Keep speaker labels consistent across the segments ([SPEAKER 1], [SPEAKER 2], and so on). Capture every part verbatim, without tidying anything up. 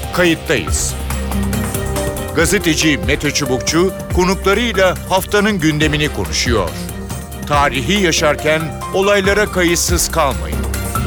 [SPEAKER 1] Kayıttayız. Gazeteci Mete Çubukçu konuklarıyla haftanın gündemini konuşuyor. Tarihi yaşarken olaylara kayıtsız kalmayın.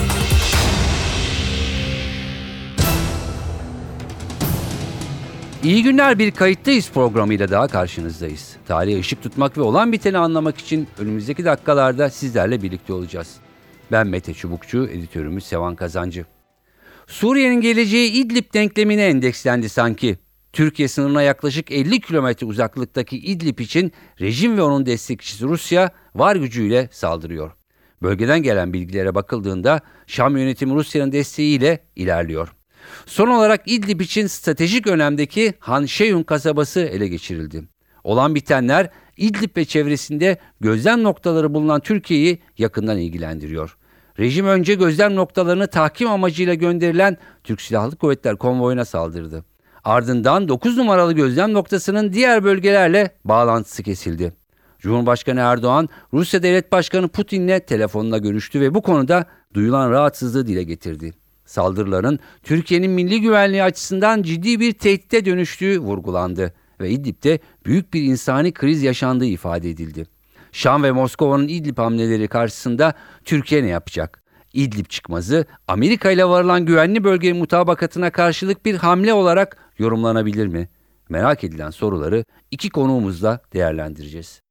[SPEAKER 2] İyi günler, bir Kayıttayız programıyla daha karşınızdayız. Tarihe ışık tutmak ve olan biteni anlamak için önümüzdeki dakikalarda sizlerle birlikte olacağız. Ben Mete Çubukçu, editörümüz Sevan Kazancı. Suriye'nin geleceği İdlib denklemine endekslendi sanki. Türkiye sınırına yaklaşık elli kilometre uzaklıktaki İdlib için rejim ve onun destekçisi Rusya var gücüyle saldırıyor. Bölgeden gelen bilgilere bakıldığında Şam yönetimi Rusya'nın desteğiyle ilerliyor. Son olarak İdlib için stratejik önemdeki Han Şeyun kasabası ele geçirildi. Olan bitenler İdlib ve çevresinde gözlem noktaları bulunan Türkiye'yi yakından ilgilendiriyor. Rejim önce gözlem noktalarını tahkim amacıyla gönderilen Türk Silahlı Kuvvetler konvoyuna saldırdı. Ardından dokuz numaralı gözlem noktasının diğer bölgelerle bağlantısı kesildi. Cumhurbaşkanı Erdoğan, Rusya Devlet Başkanı Putin'le telefonla görüştü ve bu konuda duyulan rahatsızlığı dile getirdi. Saldırıların Türkiye'nin milli güvenliği açısından ciddi bir tehdide dönüştüğü vurgulandı ve İdlib'de büyük bir insani kriz yaşandığı ifade edildi. Şam ve Moskova'nın İdlib hamleleri karşısında Türkiye ne yapacak? İdlib çıkmazı Amerika ile varılan güvenli bölge mutabakatına karşılık bir hamle olarak yorumlanabilir mi? Merak edilen soruları iki konuğumuzla değerlendireceğiz.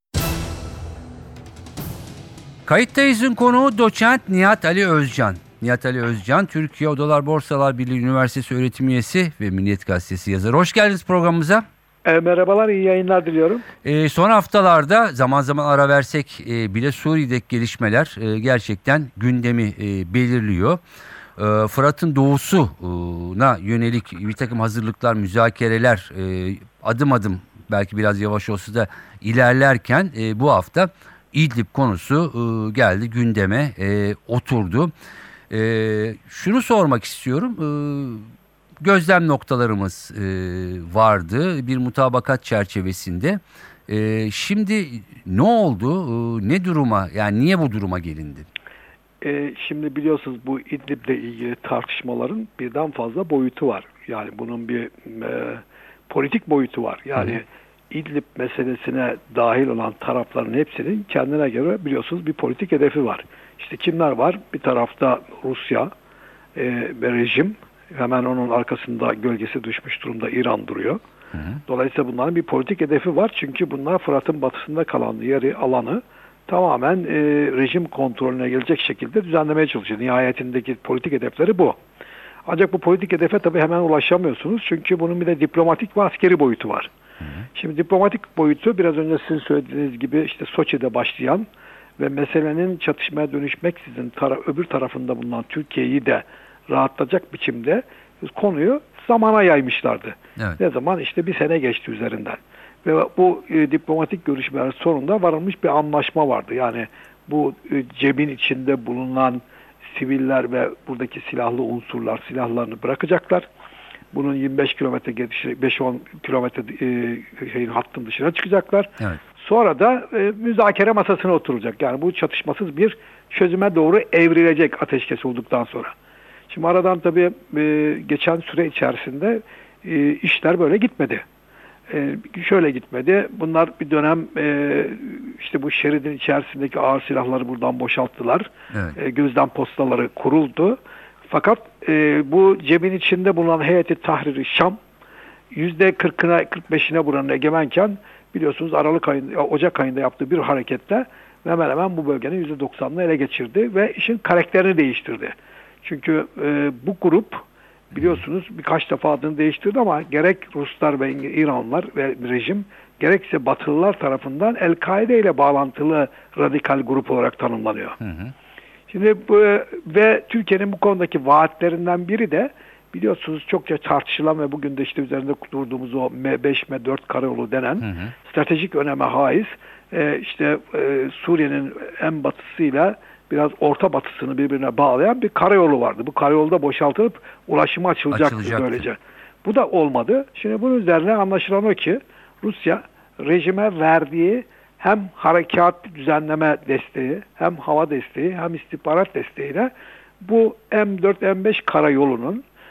[SPEAKER 2] Kayıttayız'ın konuğu doçent Nihat Ali Özcan. Nihat Ali Özcan, Türkiye Odalar Borsalar Birliği Üniversitesi öğretim üyesi ve Milliyet Gazetesi yazarı. Hoş geldiniz programımıza.
[SPEAKER 3] E, merhabalar, iyi yayınlar diliyorum.
[SPEAKER 2] E, son haftalarda zaman zaman ara versek e, bile Suriye'deki gelişmeler e, gerçekten gündemi e, belirliyor. E, Fırat'ın doğusuna yönelik bir takım hazırlıklar, müzakereler e, adım adım belki biraz yavaş olsa da ilerlerken e, bu hafta İdlib konusu e, geldi gündeme, e, oturdu. E, şunu sormak istiyorum. E, gözlem noktalarımız e, vardı bir mutabakat çerçevesinde. E, şimdi ne oldu? E, ne duruma, yani niye bu duruma gelindi?
[SPEAKER 3] E, şimdi biliyorsunuz bu İdlib'le ilgili tartışmaların birden fazla boyutu var. Yani bunun bir e, politik boyutu var. Yani Hı. İdlib meselesine dahil olan tarafların hepsinin kendine göre biliyorsunuz bir politik hedefi var. İşte kimler var? Bir tarafta Rusya e, ve rejim. Hemen onun arkasında gölgesi düşmüş durumda İran duruyor. Hı hı. Dolayısıyla bunların bir politik hedefi var. Çünkü bunlar Fırat'ın batısında kalan yeri, alanı tamamen e, rejim kontrolüne gelecek şekilde düzenlemeye çalışıyor. Nihayetindeki politik hedefleri bu. Ancak bu politik hedefe tabii hemen ulaşamıyorsunuz. Çünkü bunun bir de diplomatik ve askeri boyutu var. Hı hı. Şimdi diplomatik boyutu biraz önce sizin söylediğiniz gibi işte Soçi'de başlayan ve meselenin çatışmaya dönüşmeksizin tara öbür tarafında bulunan Türkiye'yi de rahatlatacak biçimde konuyu zamana yaymışlardı. Evet. Ne zaman? İşte bir sene geçti üzerinden. Ve bu e, diplomatik görüşmeler sonunda varılmış bir anlaşma vardı. Yani bu e, cebin içinde bulunan siviller ve buradaki silahlı unsurlar silahlarını bırakacaklar. Bunun yirmi beş kilometre beş on kilometre e, şeyin hattın dışına çıkacaklar. Evet. Sonra da e, müzakere masasına oturacak. Yani bu çatışmasız bir çözüme doğru evrilecek ateşkes olduktan sonra. Şimdi aradan tabii e, geçen süre içerisinde e, işler böyle gitmedi. E, şöyle gitmedi. Bunlar bir dönem e, işte bu şeridin içerisindeki ağır silahları buradan boşalttılar. Evet. E, gözlem postaları kuruldu. Fakat e, bu cebin içinde bulunan Heyeti Tahrir-i Şam yüzde kırkına kırk beşine buranın egemenken biliyorsunuz Aralık ayında, Ocak ayında yaptığı bir hareketle hemen hemen bu bölgenin yüzde doksanını ele geçirdi ve işin karakterini değiştirdi. Çünkü e, bu grup biliyorsunuz birkaç defa adını değiştirdi ama gerek Ruslar ve İranlılar ve rejim gerekse Batılılar tarafından El-Kaide ile bağlantılı radikal grup olarak tanımlanıyor. Hı hı. Şimdi bu, ve Türkiye'nin bu konudaki vaatlerinden biri de biliyorsunuz çokça tartışılan ve bugün de işte üzerinde durduğumuz o M beş M dört karayolu denen hı hı. stratejik öneme haiz e, işte e, Suriye'nin en batısıyla biraz orta batısını birbirine bağlayan bir karayolu vardı. Bu karayolda boşaltılıp ulaşıma açılacaktı, açılacaktı böylece. Bu da olmadı. Şimdi bunun üzerine anlaşılan o ki Rusya rejime verdiği hem harekat düzenleme desteği, hem hava desteği, hem istihbarat desteğiyle bu M dört M beş karayolunun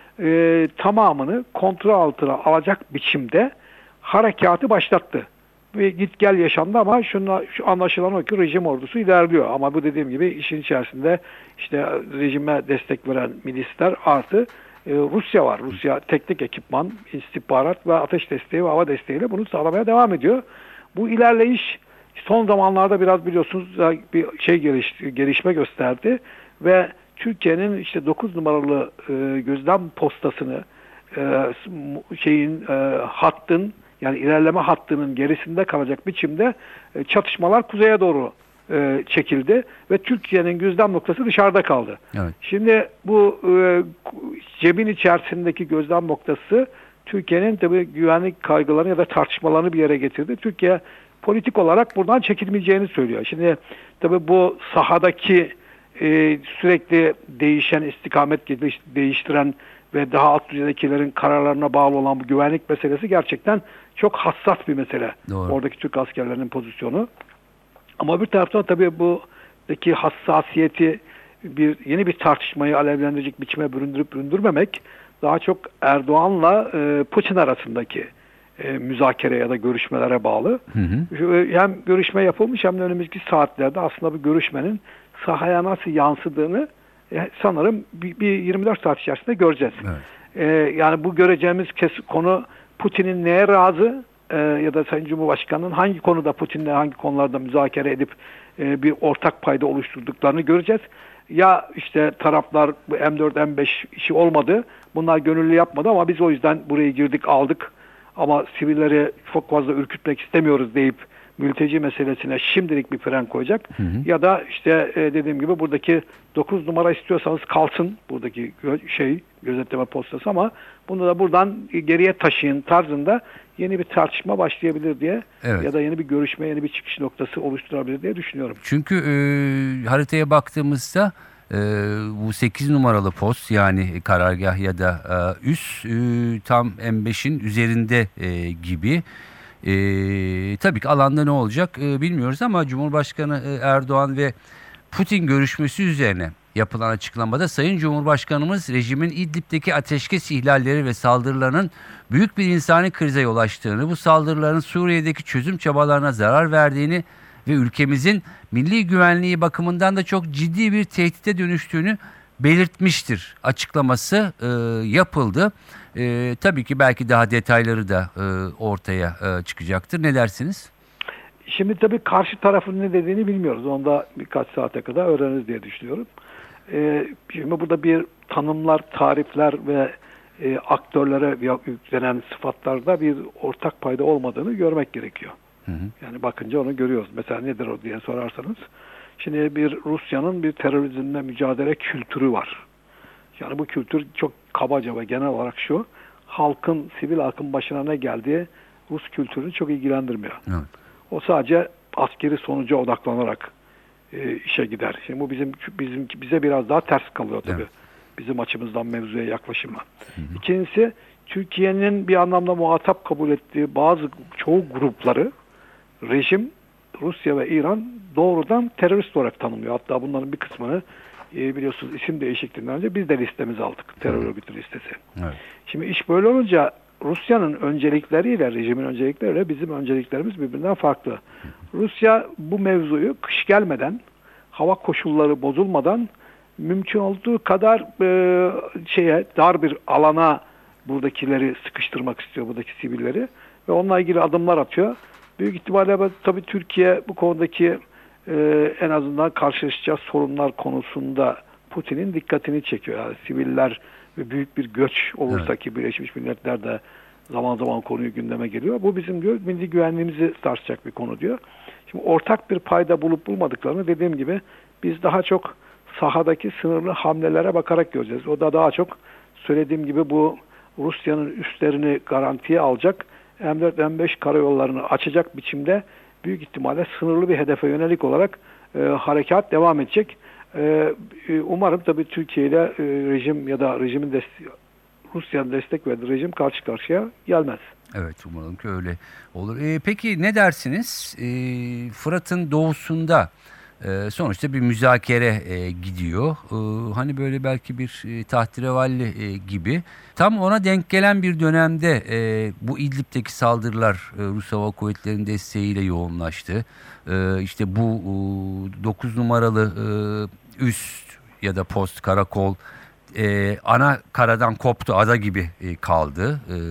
[SPEAKER 3] e, tamamını kontrol altına alacak biçimde harekatı başlattı. Ve git gel yaşandı ama şuna, şu anlaşılan o ki rejim ordusu ilerliyor. Ama bu dediğim gibi işin içerisinde işte rejime destek veren milisler artı e, Rusya var. Rusya teknik ekipman, istihbarat ve ateş desteği ve hava desteğiyle bunu sağlamaya devam ediyor. Bu ilerleyiş son zamanlarda biraz biliyorsunuz bir şey geliş, gelişme gösterdi ve Türkiye'nin işte dokuz numaralı e, gözlem postasını e, şeyin e, hattın yani ilerleme hattının gerisinde kalacak biçimde e, çatışmalar kuzeye doğru e, çekildi ve Türkiye'nin gözlem noktası dışarıda kaldı.
[SPEAKER 2] Evet.
[SPEAKER 3] Şimdi bu e, cebin içerisindeki gözlem noktası Türkiye'nin tabii güvenlik kaygılarını ya da tartışmalarını bir yere getirdi. Türkiye politik olarak buradan çekilmeyeceğini söylüyor. Şimdi tabii bu sahadaki e, sürekli değişen, istikamet değiştiren ve daha alt düzeydekilerin kararlarına bağlı olan bu güvenlik meselesi gerçekten çok hassas bir mesele.
[SPEAKER 2] Doğru.
[SPEAKER 3] Oradaki Türk askerlerinin pozisyonu. Ama bir taraftan tabii buradaki hassasiyeti bir yeni bir tartışmayı alevlendirecek biçime büründürüp büründürmemek daha çok Erdoğan'la e, Putin arasındaki e, müzakere ya da görüşmelere bağlı.
[SPEAKER 2] Hı hı.
[SPEAKER 3] Hem görüşme yapılmış hem de önümüzdeki saatlerde aslında bu görüşmenin sahaya nasıl yansıdığını e, sanırım bir, bir yirmi dört saat içerisinde göreceğiz.
[SPEAKER 2] Evet.
[SPEAKER 3] E, yani bu göreceğimiz kes, konu Putin'in neye razı e, ya da Sayın Cumhurbaşkanı'nın hangi konuda Putin'le hangi konularda müzakere edip e, bir ortak payda oluşturduklarını göreceğiz. Ya işte taraflar bu M dört M beş işi olmadı. Bunlar gönüllü yapmadı ama biz o yüzden buraya girdik aldık. Ama sivilleri çok fazla ürkütmek istemiyoruz deyip mülteci meselesine şimdilik bir fren koyacak. Hı hı. Ya da işte e, dediğim gibi buradaki dokuz numara istiyorsanız kalsın buradaki gö- şey gözetleme postası ama bunu da buradan geriye taşıyın tarzında yeni bir tartışma başlayabilir diye
[SPEAKER 2] evet.
[SPEAKER 3] ya da yeni bir görüşme, yeni bir çıkış noktası oluşturabilir diye düşünüyorum.
[SPEAKER 2] Çünkü e, haritaya baktığımızda e, bu sekiz numaralı post yani karargah ya da e, üs e, tam M beşin üzerinde e, gibi. E, tabii ki alanda ne olacak e, bilmiyoruz ama Cumhurbaşkanı e, Erdoğan ve Putin görüşmesi üzerine yapılan açıklamada Sayın Cumhurbaşkanımız rejimin İdlib'deki ateşkes ihlalleri ve saldırılarının büyük bir insani krize yol açtığını, bu saldırıların Suriye'deki çözüm çabalarına zarar verdiğini ve ülkemizin milli güvenliği bakımından da çok ciddi bir tehdite dönüştüğünü belirtmiştir açıklaması e, yapıldı. E, tabii ki belki daha detayları da e, ortaya e, çıkacaktır. Ne dersiniz?
[SPEAKER 3] Şimdi tabii karşı tarafın ne dediğini bilmiyoruz. Onu da birkaç saate kadar öğreniriz diye düşünüyorum. Ee, şimdi burada bir tanımlar, tarifler ve e, aktörlere yüklenen sıfatlarda bir ortak payda olmadığını görmek gerekiyor. Hı hı. Yani bakınca onu görüyoruz. Mesela nedir o diye sorarsanız. Şimdi bir Rusya'nın bir terörizmle mücadele kültürü var. Yani bu kültür çok kabaca ve genel olarak şu. Halkın, sivil halkın başına ne geldiği Rus kültürünü çok ilgilendirmiyor. Evet. O sadece askeri sonuca odaklanarak e, işe gider. Şimdi bu bizim bizim bize biraz daha ters kalıyor tabii. Evet. Bizim açımızdan mevzuya yaklaşımı. Hı hı. İkincisi Türkiye'nin bir anlamda muhatap kabul ettiği bazı çoğu grupları rejim Rusya ve İran doğrudan terörist olarak tanımlıyor. Hatta bunların bir kısmını e, biliyorsunuz isim değişikliğinden önce biz de listemize aldık. Terör örgütü listesi. Evet. Şimdi iş böyle olunca Rusya'nın öncelikleriyle, rejimin öncelikleriyle bizim önceliklerimiz birbirinden farklı. Rusya bu mevzuyu kış gelmeden, hava koşulları bozulmadan mümkün olduğu kadar e, şeye dar bir alana buradakileri sıkıştırmak istiyor, buradaki sivilleri ve onunla ilgili adımlar atıyor. Büyük ihtimalle tabii Türkiye bu konudaki e, en azından karşılaşacağı sorunlar konusunda Putin'in dikkatini çekiyor. Yani siviller ve büyük bir göç olursa evet. ki Birleşmiş Milletler de zaman zaman konuyu gündeme geliyor. Bu bizim diyor milli güvenliğimizi sarsacak bir konu diyor. Şimdi ortak bir payda bulup bulmadıklarını dediğim gibi biz daha çok sahadaki sınırlı hamlelere bakarak göreceğiz. O da daha çok söylediğim gibi bu Rusya'nın üstlerini garantiye alacak M dört M beş karayollarını açacak biçimde büyük ihtimalle sınırlı bir hedefe yönelik olarak e, harekat devam edecek. E, umarım tabii Türkiye ile e, rejim ya da rejimin desteği Rusya'nın destek verdiği rejim karşı karşıya gelmez.
[SPEAKER 2] Evet umarım ki öyle olur. E, peki ne dersiniz? E, Fırat'ın doğusunda E, sonuçta bir müzakere e, gidiyor. E, hani böyle belki bir e, tahterevalli e, gibi. Tam ona denk gelen bir dönemde e, bu İdlib'deki saldırılar e, Rus Hava Kuvvetleri'nin desteğiyle yoğunlaştı. E, işte bu e, dokuz numaralı e, üst ya da post karakol e, ana karadan koptu, ada gibi e, kaldı. E,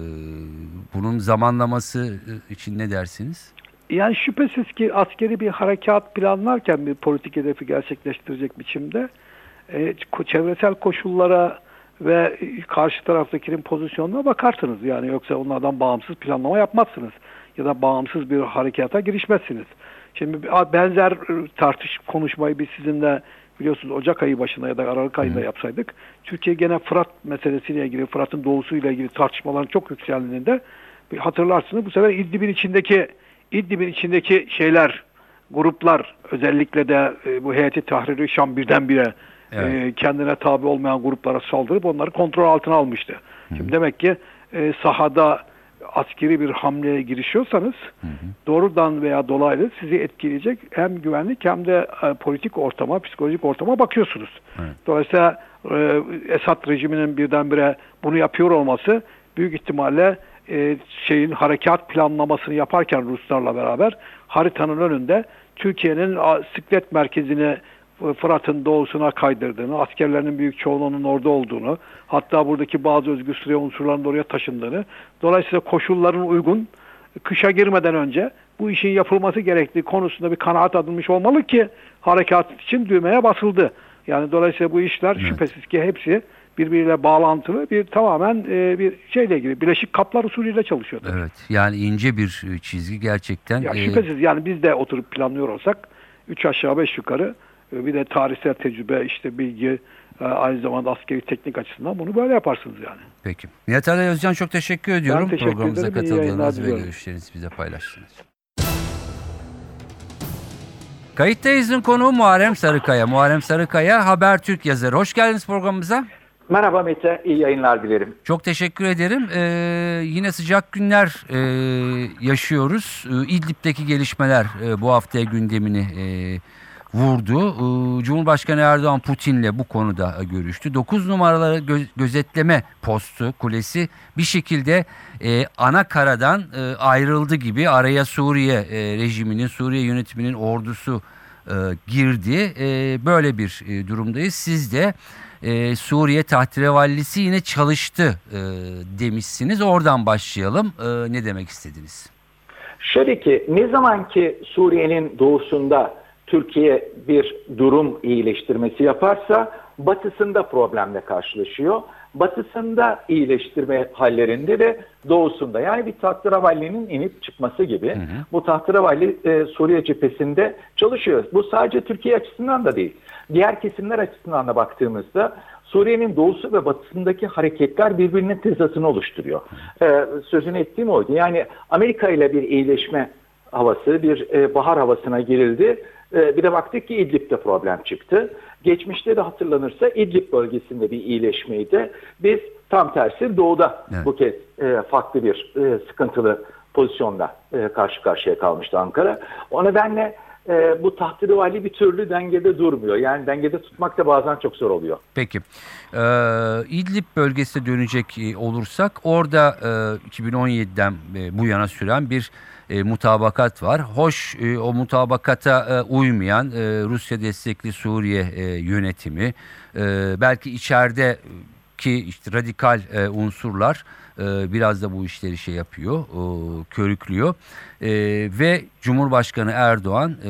[SPEAKER 2] bunun zamanlaması için ne dersiniz?
[SPEAKER 3] Yani şüphesiz ki askeri bir harekat planlarken bir politik hedefi gerçekleştirecek biçimde e, çevresel koşullara ve karşı taraftakinin pozisyonuna bakarsınız. Yani yoksa onlardan bağımsız planlama yapmazsınız ya da bağımsız bir harekata girişmezsiniz. Şimdi benzer tartış konuşmayı biz sizinle biliyorsunuz Ocak ayı başında ya da Aralık ayında yapsaydık, Türkiye gene Fırat meselesiyle ilgili, Fırat'ın doğusuyla ilgili tartışmaların çok yükseldiğinde hatırlarsınız bu sefer İdlib'in içindeki İdlib'in içindeki şeyler, gruplar, özellikle de e, bu Heyeti Tahrir-i Şam birdenbire evet. e, kendine tabi olmayan gruplara saldırıp onları kontrol altına almıştı. Hı hı. Şimdi demek ki e, sahada askeri bir hamleye girişiyorsanız hı hı. doğrudan veya dolaylı sizi etkileyecek hem güvenlik hem de e, politik ortama, psikolojik ortama bakıyorsunuz. Evet. Dolayısıyla e, Esad rejiminin birdenbire bunu yapıyor olması büyük ihtimalle e, şeyin harekat planlamasını yaparken Ruslarla beraber haritanın önünde Türkiye'nin siklet merkezini Fırat'ın doğusuna kaydırdığını, askerlerinin büyük çoğunluğunun orada olduğunu, hatta buradaki bazı Özgür Suriye unsurlarının oraya taşındığını, dolayısıyla koşulların uygun, kışa girmeden önce bu işin yapılması gerektiği konusunda bir kanaat alınmış olmalı ki harekat için düğmeye basıldı. Yani dolayısıyla bu işler evet. şüphesiz ki hepsi birbiriyle bağlantılı bir tamamen e, bir şeyle ilgili Birleşik Kaplar usulüyle çalışıyor. Tabii.
[SPEAKER 2] Evet, yani ince bir çizgi gerçekten.
[SPEAKER 3] Ya
[SPEAKER 2] e...
[SPEAKER 3] şüphesiz yani biz de oturup planlıyor olsak üç aşağı beş yukarı bir de tarihsel tecrübe, işte bilgi, aynı zamanda askeri teknik açısından bunu böyle yaparsınız yani.
[SPEAKER 2] Peki. Nihat Ali Özcan çok teşekkür ediyorum.
[SPEAKER 3] Ben teşekkür
[SPEAKER 2] Programımıza
[SPEAKER 3] ederim.
[SPEAKER 2] katıldığınız ve görüşlerinizi bize paylaştınız. Kayıttayız'ın konuğu Muharrem Sarıkaya. Muharrem Sarıkaya Habertürk yazarı. Hoş geldiniz programımıza.
[SPEAKER 4] Merhaba Mete, iyi yayınlar dilerim.
[SPEAKER 2] Çok teşekkür ederim. Ee, yine sıcak günler e, yaşıyoruz. Ee, İdlib'deki gelişmeler e, bu haftaya gündemini e, vurdu. Ee, Cumhurbaşkanı Erdoğan Putin'le bu konuda görüştü. dokuz numaralı gö- gözetleme postu, kulesi bir şekilde e, ana karadan e, ayrıldı gibi. Araya Suriye e, rejiminin, Suriye yönetiminin ordusu e, girdi. E, böyle bir e, durumdayız. Siz de e, Suriye tahtirevallisi yine çalıştı e, demişsiniz. Oradan başlayalım. E, ne demek istediniz?
[SPEAKER 4] Şöyle ki, ne zaman ki Suriye'nin doğusunda Türkiye bir durum iyileştirmesi yaparsa batısında problemle karşılaşıyor. Batısında iyileştirme hallerinde de doğusunda, yani bir tahterevallinin inip çıkması gibi. Hı hı. Bu tahterevalli e, Suriye cephesinde çalışıyor. Bu sadece Türkiye açısından da değil. Diğer kesimler açısından da baktığımızda Suriye'nin doğusu ve batısındaki hareketler birbirinin tezatını oluşturuyor. Ee, sözünü ettiğim oydu. Yani Amerika ile bir iyileşme havası, bir e, bahar havasına girildi. E, bir de baktık ki İdlib'de problem çıktı. Geçmişte de hatırlanırsa İdlib bölgesinde bir iyileşmeydi. Biz tam tersi doğuda evet. bu kez e, farklı bir e, sıkıntılı pozisyonda e, karşı karşıya kalmıştı Ankara. O nedenle e, bu tahterevali bir türlü dengede durmuyor. Yani dengede tutmak da bazen çok zor oluyor.
[SPEAKER 2] Peki. Ee, İdlib bölgesine dönecek olursak orada e, iki bin on yediden e, bu yana süren bir e, mutabakat var. Hoş e, o mutabakata e, uymayan e, Rusya destekli Suriye e, yönetimi e, belki içeride ki işte radikal e, unsurlar e, biraz da bu işleri şey yapıyor, e, körüklüyor e, ve Cumhurbaşkanı Erdoğan e,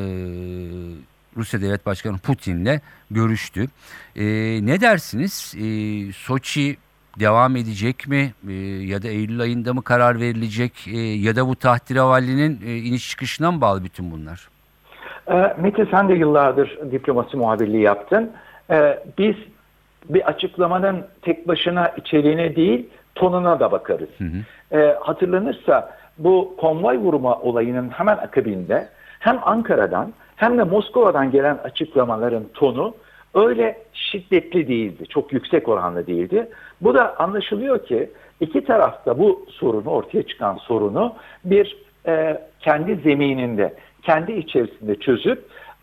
[SPEAKER 2] Rusya Devlet Başkanı Putin'le görüştü. E, ne dersiniz? E, Soçi devam edecek mi? E, ya da Eylül ayında mı karar verilecek? E, ya da bu tahtirevallinin e, iniş çıkışına mı bağlı bütün bunlar?
[SPEAKER 4] E, Mete, sen de yıllardır diplomasi muhabirliği yaptın. E, biz bir açıklamanın tek başına içeriğine değil, tonuna da bakarız. Hı hı. E, hatırlanırsa bu konvoy vurma olayının hemen akabinde hem Ankara'dan hem de Moskova'dan gelen açıklamaların tonu öyle şiddetli değildi. Çok yüksek oranlı değildi. Bu da anlaşılıyor ki iki tarafta bu sorunu, ortaya çıkan sorunu bir e, kendi zemininde, kendi içerisinde çözüp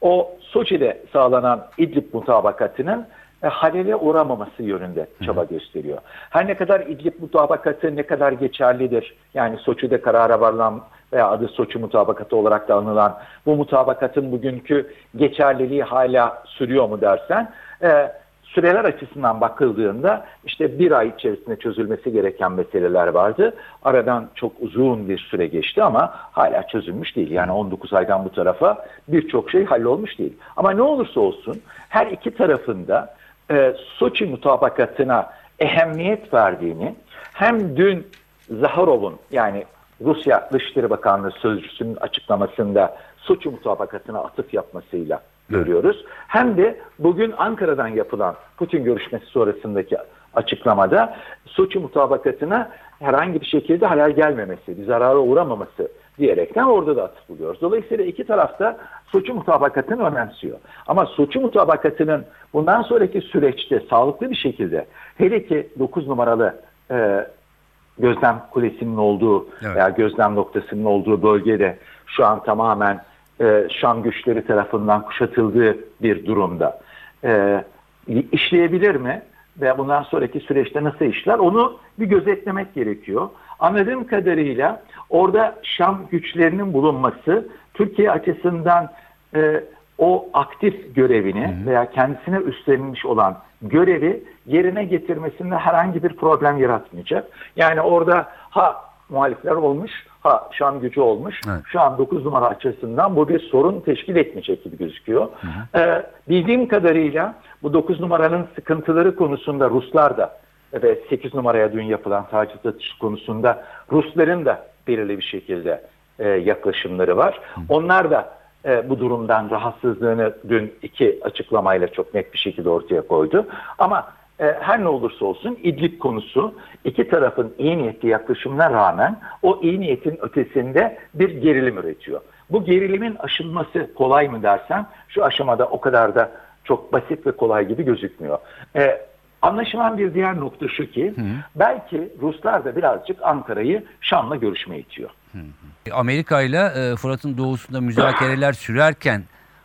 [SPEAKER 4] o Soçi'de sağlanan İdlib mutabakatının e, halele uğramaması yönünde çaba gösteriyor. Her ne kadar İdlib mutabakatı ne kadar geçerlidir, yani Soçi'de karara varılan veya adı Soçi mutabakatı olarak da anılan bu mutabakatın bugünkü geçerliliği hala sürüyor mu dersen, e, süreler açısından bakıldığında işte bir ay içerisinde çözülmesi gereken meseleler vardı. Aradan çok uzun bir süre geçti ama hala çözülmüş değil. Yani on dokuz aydan bu tarafa birçok şey hallolmuş değil. Ama ne olursa olsun her iki tarafında e, Soçi mutabakatına ehemmiyet verdiğini, hem dün Zaharov'un, yani Rusya Dışişleri Bakanlığı Sözcüsü'nün açıklamasında Soçi mutabakatına atıf yapmasıyla görüyoruz. Hem de bugün Ankara'dan yapılan Putin görüşmesi sonrasındaki açıklamada Soçi mutabakatına herhangi bir şekilde halel gelmemesi, bir zarara uğramaması diyerekten orada da atıf buluyoruz. Dolayısıyla iki tarafta Soçi mutabakatını önemsiyor. Ama Soçi mutabakatının bundan sonraki süreçte sağlıklı bir şekilde, hele ki dokuz numaralı e, gözlem kulesinin olduğu, evet, veya gözlem noktasının olduğu bölgede şu an tamamen e, Şam güçleri tarafından kuşatıldığı bir durumda e, işleyebilir mi? Ve bundan sonraki süreçte nasıl işler? Onu bir gözetlemek gerekiyor. Anladığım kadarıyla orada Şam güçlerinin bulunması Türkiye açısından e, o aktif görevini, hı hı, veya kendisine üstlenilmiş olan görevi yerine getirmesinde herhangi bir problem yaratmayacak. Yani orada ha muhalifler olmuş, ha Şam gücü olmuş. Evet. Şu an dokuz numara açısından bu bir sorun teşkil etmeyecek gibi gözüküyor. Hı hı. Ee, bildiğim kadarıyla bu dokuz numaranın sıkıntıları konusunda Ruslar da ve sekiz numaraya dün yapılan taciz atışı konusunda Rusların da belirli bir şekilde e, yaklaşımları var. Hı. Onlar da e, bu durumdan rahatsızlığını dün iki açıklamayla çok net bir şekilde ortaya koydu. Ama e, her ne olursa olsun İdlib konusu iki tarafın iyi niyetli yaklaşımına rağmen o iyi niyetin ötesinde bir gerilim üretiyor. Bu gerilimin aşılması kolay mı dersen şu aşamada o kadar da çok basit ve kolay gibi gözükmüyor. E, anlaşılan bir diğer nokta şu ki, hı, belki Ruslar da birazcık Ankara'yı Şam'la görüşmeye itiyor.
[SPEAKER 2] Hı hı. Amerika ile Fırat'ın doğusunda müzakereler sürerken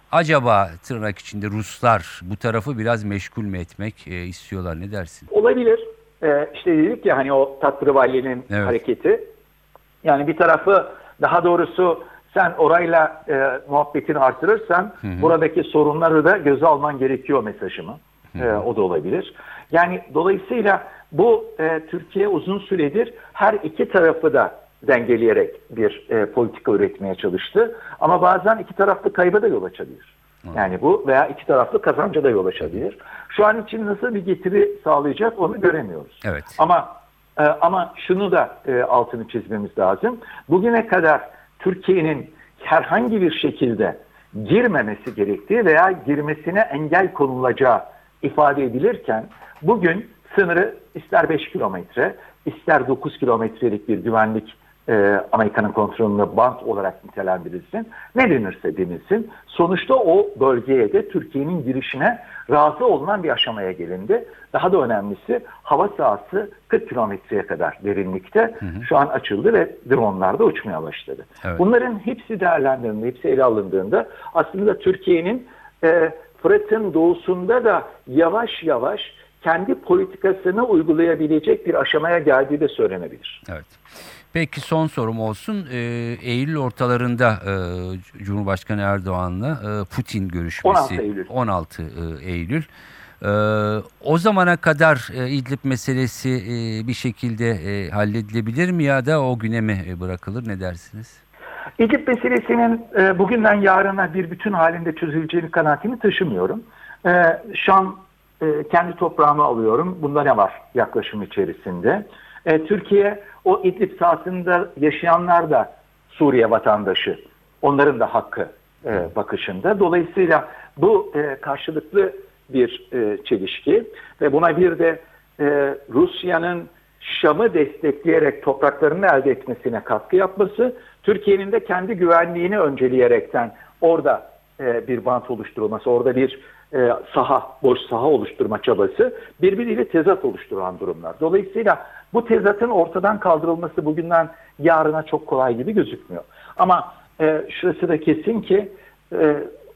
[SPEAKER 2] acaba tırnak içinde Ruslar bu tarafı biraz meşgul mü etmek e, istiyorlar, ne dersin?
[SPEAKER 4] Olabilir. Ee, işte dedik ya hani o Tatrıvalli'nin, evet, hareketi. Yani bir tarafı, daha doğrusu sen orayla e, muhabbetini artırırsan, hı hı, buradaki sorunları da göze alman gerekiyor mesajımı. Hı hı. E, o da olabilir. Yani dolayısıyla bu e, Türkiye uzun süredir her iki tarafı da dengeleyerek bir e, politika üretmeye çalıştı. Ama bazen iki taraflı kayba da yol açabilir. Hı. Yani bu veya iki taraflı kazanca da yol açabilir. Şu an için nasıl bir getiri sağlayacak onu göremiyoruz.
[SPEAKER 2] Evet.
[SPEAKER 4] Ama e, ama şunu da e, altını çizmemiz lazım. Bugüne kadar Türkiye'nin herhangi bir şekilde girmemesi gerektiği veya girmesine engel konulacağı ifade edilirken bugün sınırı ister beş kilometre, ister dokuz kilometrelik bir güvenlik e, Amerika'nın kontrolünde bant olarak nitelendirilsin. Ne denirse denilsin. Sonuçta o bölgeye de Türkiye'nin girişine razı olunan bir aşamaya gelindi. Daha da önemlisi hava sahası kırk kilometreye kadar derinlikte, hı hı, şu an açıldı ve dronlar da uçmaya başladı. Evet. Bunların hepsi değerlendirildiğinde, hepsi ele alındığında aslında Türkiye'nin e, Fırat'ın doğusunda da yavaş yavaş kendi politikasını uygulayabilecek bir aşamaya geldiği de söylenebilir.
[SPEAKER 2] Evet. Peki son sorum olsun. Ee, Eylül ortalarında e, Cumhurbaşkanı Erdoğan'la e, Putin görüşmesi.
[SPEAKER 4] on altı Eylül.
[SPEAKER 2] on altı Eylül. Ee, o zamana kadar e, İdlib meselesi e, bir şekilde e, halledilebilir mi ya da o güne mi bırakılır, ne dersiniz?
[SPEAKER 4] İdlib meselesinin e, bugünden yarına bir bütün halinde çözüleceğini kanaatini taşımıyorum. E, Şam e, kendi toprağımı alıyorum. Bunda ne var yaklaşım içerisinde? E, Türkiye o İdlib sahasında yaşayanlar da Suriye vatandaşı. Onların da hakkı e, bakışında. Dolayısıyla bu e, karşılıklı bir e, çelişki ve buna bir de e, Rusya'nın Şam'ı destekleyerek topraklarını elde etmesine katkı yapması, Türkiye'nin de kendi güvenliğini önceleyerekten orada e, bir bant oluşturulması, orada bir e, saha, boş saha oluşturma çabası birbiriyle tezat oluşturan durumlar. Dolayısıyla bu tezatın ortadan kaldırılması bugünden yarına çok kolay gibi gözükmüyor. Ama e, şurası da kesin ki e,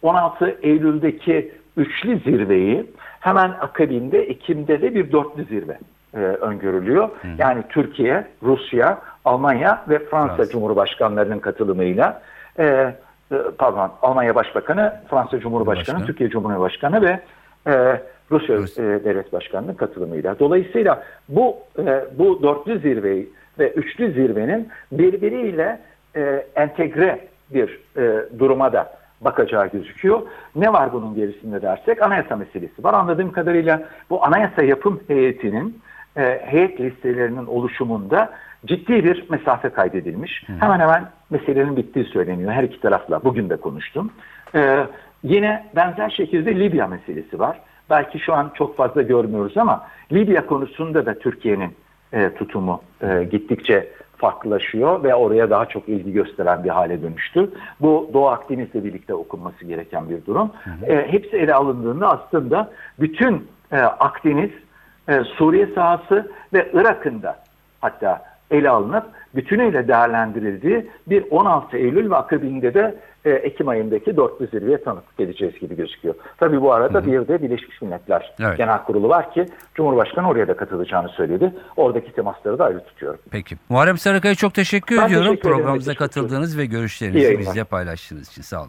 [SPEAKER 4] on altı Eylül'deki üçlü zirveyi hemen akabinde Ekim'de de bir dörtlü zirve e, öngörülüyor. Hı. Yani Türkiye, Rusya, Almanya ve Fransa Fransız. Cumhurbaşkanlarının katılımıyla e, pardon Almanya Başbakanı, Fransa Cumhurbaşkanı, Başkan. Türkiye Cumhurbaşkanı ve e, Rusya Rus. e, Devlet Başkanı'nın katılımıyla. Dolayısıyla bu e, bu dörtlü zirveyi ve üçlü zirvenin birbiriyle e, entegre bir e, duruma da bakacağı gözüküyor. Ne var bunun gerisinde dersek anayasa meselesi var. Anladığım kadarıyla bu anayasa yapım heyetinin e, heyet listelerinin oluşumunda ciddi bir mesafe kaydedilmiş. Hı. Hemen hemen meselenin bittiği söyleniyor. Her iki tarafla bugün de konuştum. E, yine benzer şekilde Libya meselesi var. Belki şu an çok fazla görmüyoruz ama Libya konusunda da Türkiye'nin e, tutumu e, gittikçe farklılaşıyor ve oraya daha çok ilgi gösteren bir hale dönüştü. Bu Doğu Akdeniz'le birlikte okunması gereken bir durum. Hı hı. E, hepsi ele alındığında aslında bütün e, Akdeniz, e, Suriye sahası ve Irak'ın da hatta ele alınıp bütünüyle değerlendirildiği bir on altı Eylül ve akabinde de e, Ekim ayındaki dörtlü zirveye tanıklık edeceğiz gibi gözüküyor. Tabii bu arada hı hı. bir de Birleşmiş Milletler evet. Genel Kurulu var ki Cumhurbaşkanı oraya da katılacağını söyledi. Oradaki temasları da ayrı tutuyorum.
[SPEAKER 2] Peki. Muharrem Sarıkaya çok teşekkür
[SPEAKER 4] ben
[SPEAKER 2] ediyorum.
[SPEAKER 4] Teşekkür
[SPEAKER 2] Programımıza
[SPEAKER 4] ederim.
[SPEAKER 2] katıldığınız ve görüşlerinizi bizle paylaştığınız için sağ olun.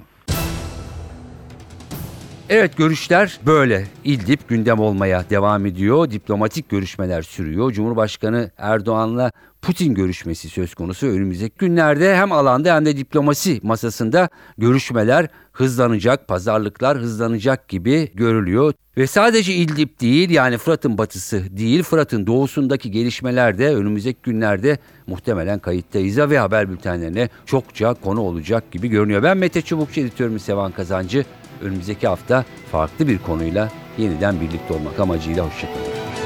[SPEAKER 2] Evet, görüşler böyle. İdlib gündem olmaya devam ediyor. Diplomatik görüşmeler sürüyor. Cumhurbaşkanı Erdoğan'la Putin görüşmesi söz konusu. Önümüzdeki günlerde hem alanda hem de diplomasi masasında görüşmeler hızlanacak, pazarlıklar hızlanacak gibi görülüyor. Ve sadece İdlib değil, yani Fırat'ın batısı değil, Fırat'ın doğusundaki gelişmeler de önümüzdeki günlerde muhtemelen kayıttayız ve haber bültenlerine çokça konu olacak gibi görünüyor. Ben Mete Çubukçu, editörümüz Sevan Kazancı. Önümüzdeki hafta farklı bir konuyla yeniden birlikte olmak amacıyla hoşçakalın.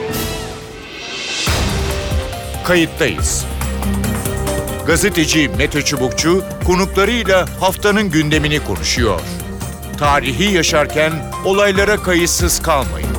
[SPEAKER 1] Kayıttayız. Gazeteci Mete Çubukçu konuklarıyla haftanın gündemini konuşuyor. Tarihi yaşarken olaylara kayıtsız kalmayın.